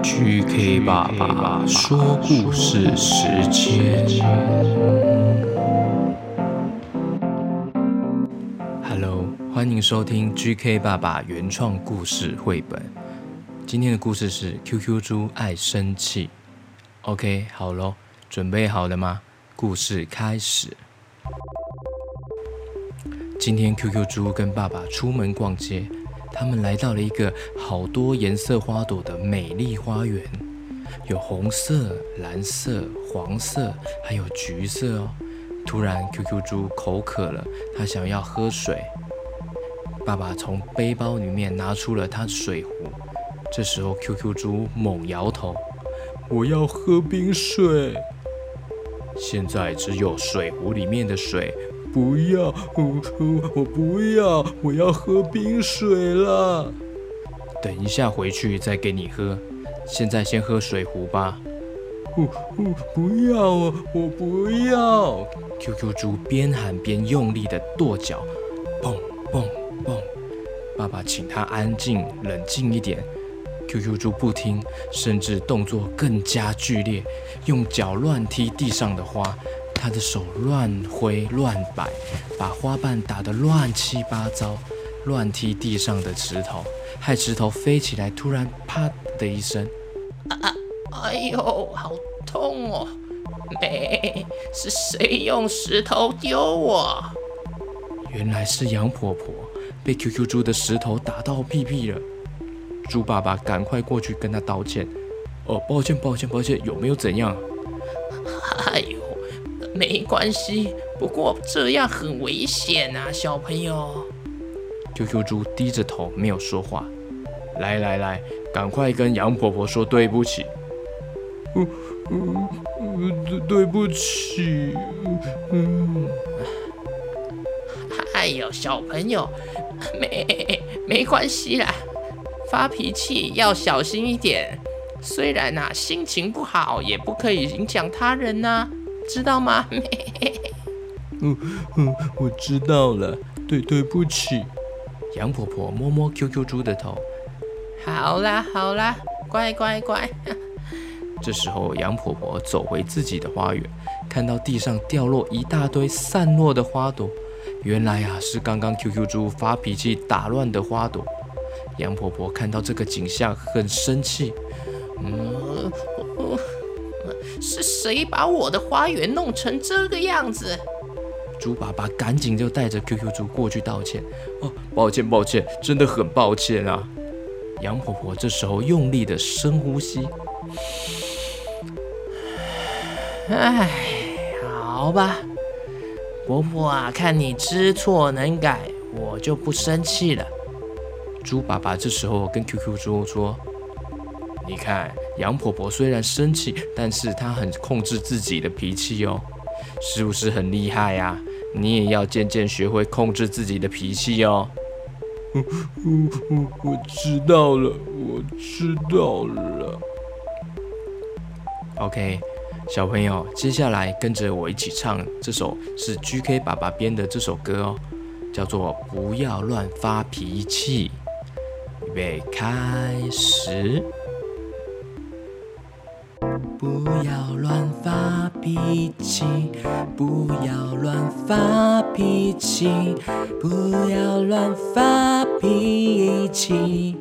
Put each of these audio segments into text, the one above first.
GK 爸爸说故事时间。Hello， 欢迎收听 GK 爸爸原创故事绘本。今天的故事是 QQ 猪爱生气。OK， 好咯，准备好了吗？故事开始。今天 QQ 猪跟爸爸出门逛街，他们来到了一个好多颜色花朵的美丽花园，有红色、蓝色、黄色，还有橘色哦。突然 QQ 猪口渴了，他想要喝水。爸爸从背包里面拿出了他的水壶，这时候 QQ 猪猛摇头：“我要喝冰水。”现在只有水壶里面的水。不要，我不要，我要喝冰水了。等一下回去再给你喝，现在先喝水壶吧。不要啊，我不要。QQ 猪边喊边用力的跺脚，蹦蹦蹦。爸爸请他安静，冷静一点。QQ 猪不听，甚至动作更加剧烈，用脚乱踢地上的花。他的手乱挥乱摆，把花瓣打得乱七八糟，乱踢地上的石头，害石头飞起来，突然啪的一声， 哎呦，好痛哦！是谁用石头丢我？ 原来是杨婆婆被 QQ 猪的石头打到屁屁了。猪爸爸赶快过去跟他道歉。抱歉，有没有怎样？ 哎呦，没关系，不过这样很危险啊，小朋友。 QQ 猪低着头没有说话。来，赶快跟杨婆婆说对不起。对不起。 哎呦，小朋友，没关系啦，发脾气要小心一点。虽然心情不好，也不可以影响他人啊，知道吗？ 我知道了，对不起。杨婆婆摸摸 QQ 猪的头。 好啦，乖。 这时候杨婆婆走回自己的花园，看到地上掉落一大堆散落的花朵，原来是刚刚 QQ 猪发脾气打乱的花朵。杨婆婆看到这个景象很生气。 是谁把我的花园弄成这个样子？ 猪爸爸赶紧就带着 QQ 猪过去道歉。抱歉，真的很抱歉啊。杨婆婆这时候用力的深呼吸。 好吧，婆婆看你知错能改，我就不生气了。 猪爸爸这时候跟 QQ 猪说：“你看，杨婆婆虽然生气，但是她很控制自己的脾气哦，是不是很厉害呀？你也要渐渐学会控制自己的脾气哦。”我知道了。OK， 小朋友，接下来跟着我一起唱这首是 GK 爸爸编的这首歌哦，叫做《不要乱发脾气》。预备，开始。 不要乱发脾气，不要乱发脾气，不要乱发脾气，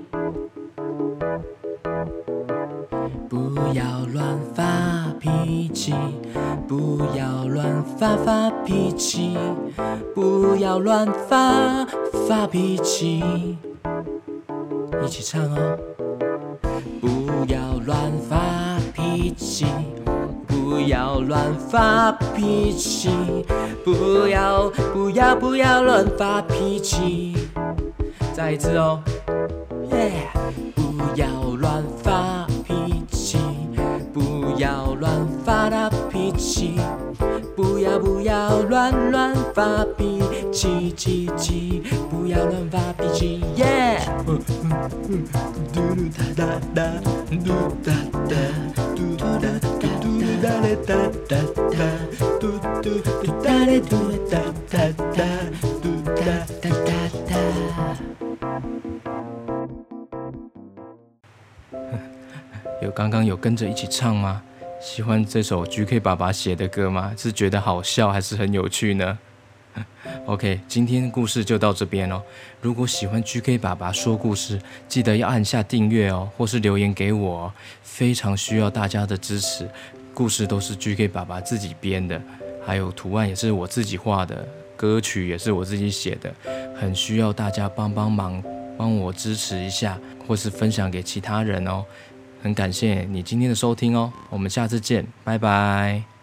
不要乱发脾气，不要乱发脾气，不要乱发脾气，一起唱哦。不要乱发脾气，不要乱发脾气，不要乱发脾气。再一次哦，不要乱发脾气，不要乱发脾气，不要乱发脾气，不要乱发脾气，耶！嘟嘟哒哒哒，嘟哒哒，嘟嘟哒嘟嘟哒嘞哒哒哒，嘟嘟嘟哒嘞嘟哒哒哒，嘟哒哒哒哒。 刚刚有跟着一起唱吗？喜欢这首 GK 爸爸写的歌吗？是觉得好笑还是很有趣呢？OK， 今天故事就到这边哦。如果喜欢 GK 爸爸说故事，记得要按下订阅哦，或是留言给我哦，非常需要大家的支持。故事都是 GK 爸爸自己编的，还有图案也是我自己画的，歌曲也是我自己写的，很需要大家帮忙，帮我支持一下，或是分享给其他人哦。很感谢你今天的收听哦，我们下次见，拜拜。